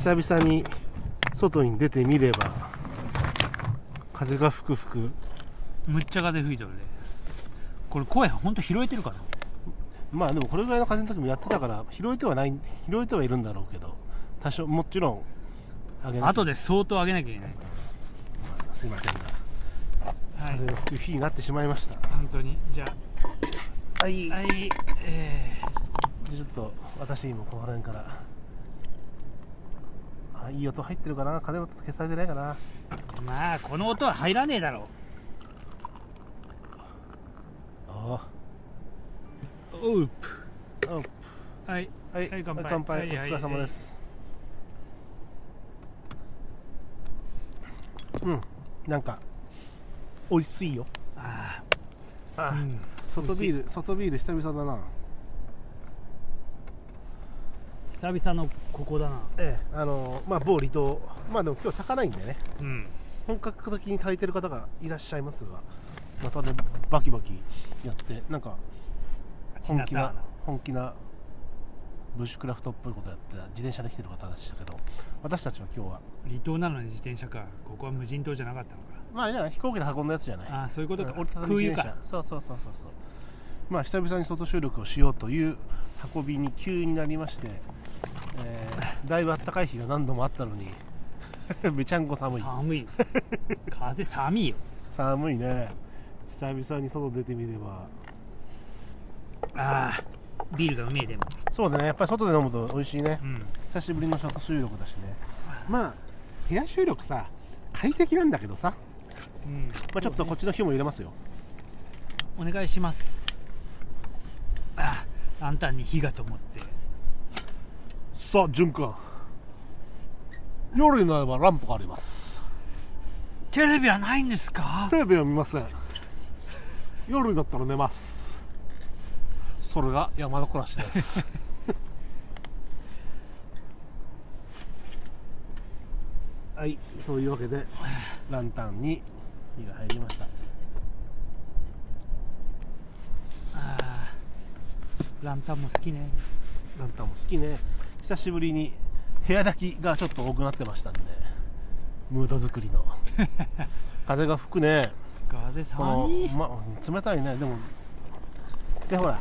久々に外に出てみれば風が吹く。 むっちゃ風吹いてるね。これ声ほんと拾えてるかな。 まあでもこれぐらいの風の時もやってたから拾えてはいるんだろうけど、多少もちろん上げなきゃ、 後で相当上げなきゃいけない。 すいませんが、 はい、 風の吹く日になってしまいました。 本当に。じゃあはいはい、 ちょっと私にもこの辺から、いい音入ってるかな。風の音消されてないかな。 まあこの音は入らねえだろあう。おうはい、 はい、 乾杯、 乾杯、 はい、 お疲れ様です。なんか美味しいよ。外ビール久々だな。 久々のここだな。 まあ某離島、まあでも今日高ないんでね、本格的に炊いてる方がいらっしゃいますが、またねバキバキやってなんか本気なブッシュクラフトっぽいことやって自転車で来てる方でしたけど、私たちは今日は離島なのに自転車か。ここは無人島じゃなかったのか。 まあじゃない、飛行機で運んだやつじゃない。 ああ、そういうことか。 折りたたみ空輸自転車。 か。 そう。まあ久々に外収録をしようという運びに急になりまして、だいぶ暖かい日が何度もあったのにめちゃんこ寒い。 風寒いよ。 寒いね。久々に外出てみれば、 ビールがうめえ。でもそうだね、やっぱり外で飲むと美味しいね。久しぶりの外収録だしね。まあ部屋収録さ快適なんだけどさ、まあ、ちょっとこっちの火も入れますよ。 お願いします。ランタンに火が灯って。 さあ潤君、夜になればランプがあります。 テレビはないんですか？ テレビは見ません。夜になったら寝ます。それが山の暮らしですはい、そういうわけでランタンに火が入りました。 ランタンも好きね。 ランタンも好きね。久しぶりに部屋炊きがちょっと多くなってましたんで、ムード作りの風が吹くね。 風寒い。 冷たいね。でもでほら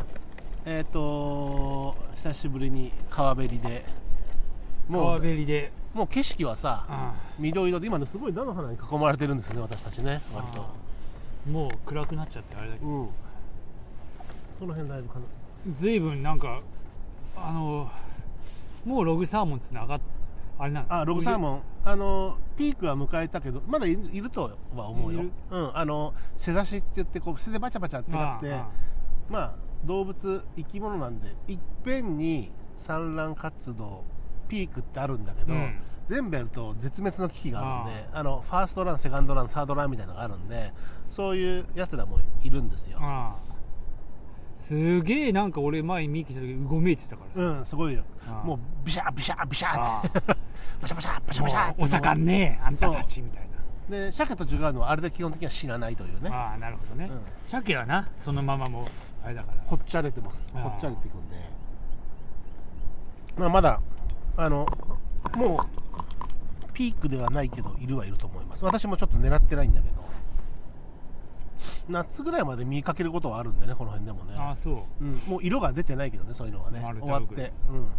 久しぶりに川べりでもう景色はさ、緑色で今ねすごい菜の花に囲まれてるんですね、私たちね。割ともう暗くなっちゃってあれだけど、 この辺だいぶかな。 ずいぶんなんかもうログサーモンってあれなの？ ログサーモンピークは迎えたけどまだいるとは思うよ。背差しって言ってこう背でバチャバチャってなくて、まあ動物生き物なんでいっぺんに産卵活動ピークってあるんだけど、全部やると絶滅の危機があるんで、ファーストランセカンドランサードランみたいなのがあるんで、そういうやつらもいるんですよ。 すげえなんか俺前見に来た時うごめいてたからさ、 すごいよ。もうビシャビシャビシャってバシャバシャバシャバシャって、 お盛んねあんたたちみたいな。 で鮭と違うのはあれで基本的には死なないというね。 なるほどね。鮭はなそのままもうあれだからほっちゃれてます。ほっちゃれていくんで、まだもうピークではないけどいると思います。私もちょっと狙ってないんだけど、夏ぐらいまで見かけることはあるんでね、この辺でもね。 そう、 もう色が出てないけどね、そういうのはね、終わって、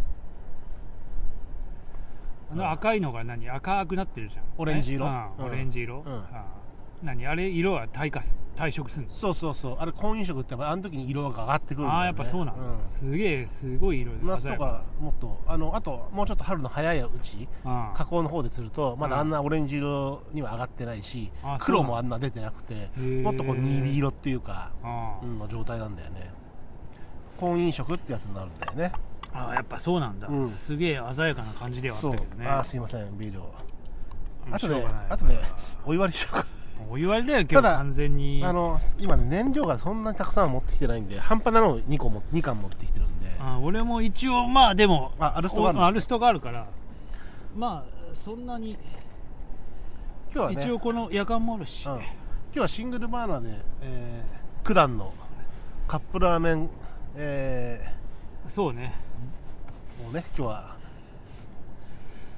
赤いのが赤くなってるじゃん。 オレンジ色。 オレンジ色。あれ色は退色するの？ そう。あれ婚姻色ってあの時に色が上がってくるんだよね。 やっぱそうなんだ。すごい色で。 夏とかもっとあともうちょっと春の早いうち、河口の方でするとまだあんなオレンジ色には上がってないし、黒もあんな出てなくて、もっとこう鈍色っていうかの状態なんだよね。婚姻色ってやつになるんだよね。 やっぱそうなんだ。すげえ鮮やかな感じではあったけどね。 すいません、ビールを後でお祝いしようか。 お祝いだよ今日完全に。 今ね燃料がそんなにたくさん持ってきてないんで、半端なのを2缶持ってきてるんで。 俺も一応でもアルストがあるからそんなに。今日はね一応この夜間もあるし、 今日はシングルバーナーで九段のカップラーメンそうねもうね今日は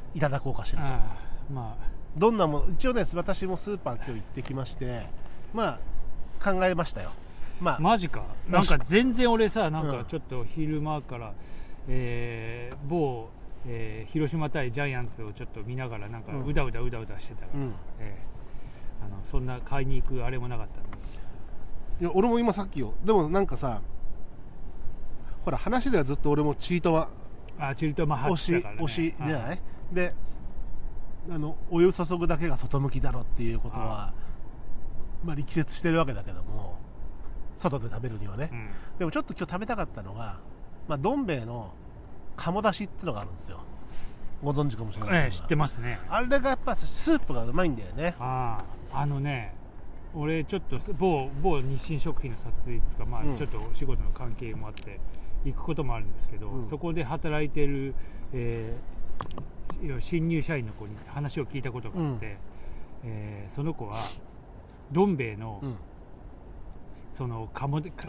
いただこうかしらと。 まあ、 どんなもの、一応ね、私もスーパー今日行ってきまして、まあ考えましたよ。まあ、 マジか。なんか全然俺さ、なんかちょっと昼間から、某、広島対ジャイアンツをちょっと見ながらなんかうだうだしてたから、そんな買いに行くあれもなかったの。 いや俺も今さっきよ。でもなんかさ、ほら話ではずっと俺もチートは推しじゃない。で、お湯注ぐだけが外向きだろっていうことはまあ力説してるわけだけども、外で食べるにはね、でもちょっと今日食べたかったのが、まあ、どん兵衛の鴨だしっていうのがあるんですよ。ご存知かもしれないですけど、知ってますね。 あれがやっぱスープがうまいんだよね。 ね、俺ちょっと某日清食品の撮影つか、まあ、ちょっとお仕事の関係もあって行くこともあるんですけど、そこで働いてる、新入社員の子に話を聞いたことがあって、その子はどん兵衛の、その鴨だ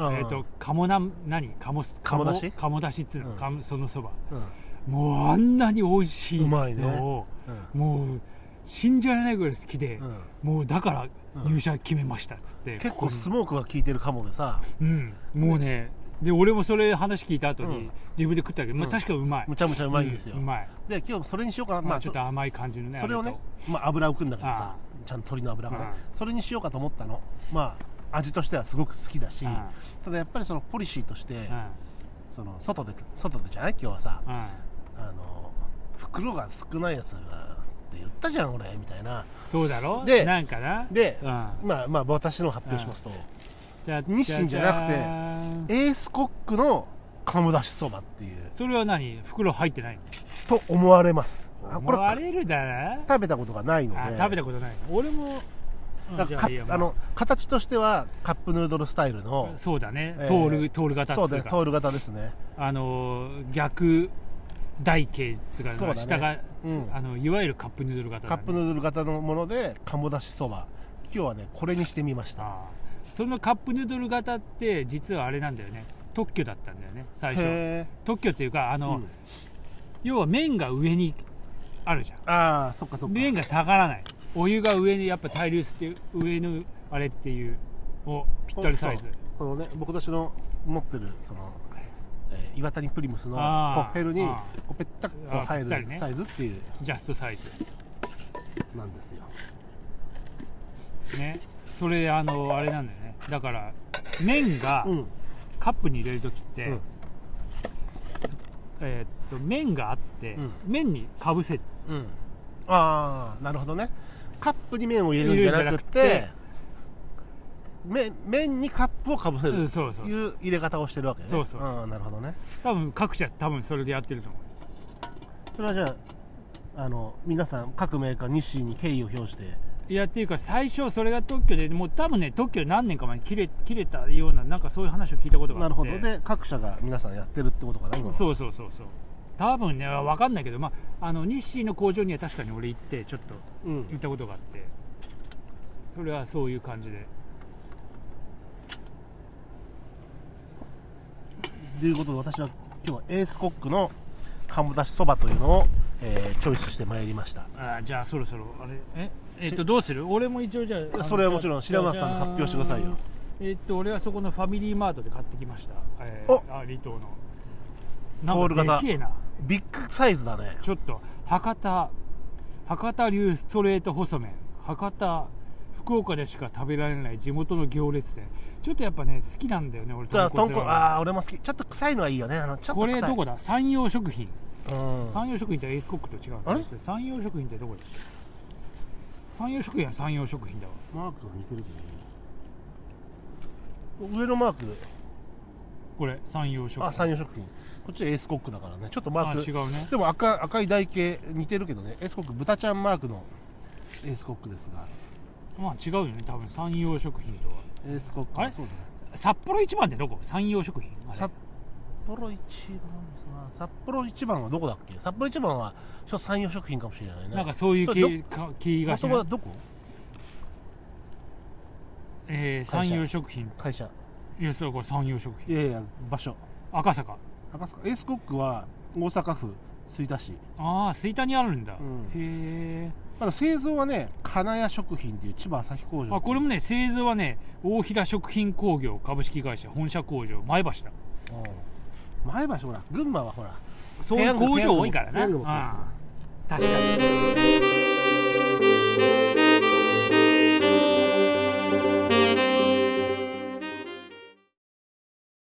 しっつうの、そのそば、もうあんなに美味しいのを、もう信じられないぐらい好きで、もうだから入社決めましたっつって、 結構スモークが効いてる鴨でさ、 もうね、で俺もそれ話聞いた後に自分で食ったけど、確かにうまい、 むちゃむちゃうまいんですよ。 うまい。 で今日それにしようかな、まあちょっと甘い感じのね、 それをね、まあ油を浮くんだけどさ、ちゃんと鶏の油がね、それにしようかと思ったの。まあ味としてはすごく好きだし、ただやっぱりそのポリシーとして、その外でじゃない今日はさ、袋が少ないやつがって言ったじゃん俺みたいな。 そうだろ。 でなんかな。 で、まあ私の発表しますと、日清じゃなくてエースコックの鴨だしそばっていう。 それは何、袋入ってないのと思われます。 思われるだな。 食べたことがないので。 食べたことない。俺も形としてはカップヌードルスタイルの、 そうだね、トール型っていうか、 そうだね、トール型ですね。 逆台形つが、下が、いわゆるカップヌードル型、 カップヌードル型のもので鴨だしそば、今日はねこれにしてみました。 そのカップヌードル型って実はあれなんだよね、特許だったんだよね最初。特許っていうか要は麺が上にあるじゃん。 そっかそっか。 麺が下がらない、お湯が上にやっぱ対流して上のあれっていうぴったりサイズ。 そのね、僕たちの持ってるその、岩谷プリムスのポッペルにこうペッタッと入るサイズっていう、 ジャストサイズなんですよね。それあれなんだよね。だから麺がカップに入れるときって、麺があって、麺にかぶせる。 なるほどね。カップに麺を入れるんじゃなくて、麺にカップをかぶせるという入れ方をしてるわけね。なるほどね。 多分各社それでやってると思う。 それはじゃあ皆さん各メーカー日清に敬意を表してっていうか、最初それが特許で、もう多分ね特許何年か前に切れたような、なんかそういう話を聞いたことがあって。 なるほど。で各社が皆さんやってるってことかな。 そう多分ね、分かんないけど、日清の工場には確かに俺行ってちょっと行ったことがあって、それはそういう感じで。 ということで、私は今日はエースコックの鴨だしそばというのを、チョイスしてまいりました。 じゃあそろそろどうする？俺も一応じゃあそれはもちろん白松さんが発表してくださいよ。 俺はそこのファミリーマートで買ってきました。離島のトール型、 でけえな、 ビッグサイズだね。 ちょっと博多流ストレート細麺、福岡でしか食べられない地元の行列店。ちょっとやっぱね好きなんだよね俺。 俺も好き。ちょっと臭いのはいいよね。ちょっとこれどこだ？山陽食品。山陽食品ってエースコックと違う。山陽食品ってどこだっけ？山陽食品は山陽食品だわ。 マークが似てるけどね。上のマークこれ山陽食品。 山陽食品。こっちエースコックだからね。ちょっとマーク違うね。 でも赤い台形似てるけどね。エースコック、豚ちゃんマークのエースコックですが、 違うよね多分。山陽食品とはエースコック。 あれそうだね。札幌一番ってどこ？山陽食品。 札幌一番はどこだっけ？札幌一番は山陽食品かもしれないね。 なんかそういう気がしない。 どこ？ 山陽食品会社。 いや、それこれ山陽食品。 いや場所。 赤坂。 エースコックは大阪府吹田市。 ああ、吹田にあるんだ、 うん、 へえ。 まだ製造はね、金谷食品っていう千葉旭工場。 あ、これもね、製造はね、大平食品工業株式会社本社工場前橋だ。 前橋、ほら群馬はほらそういう工場多いからな。確かに。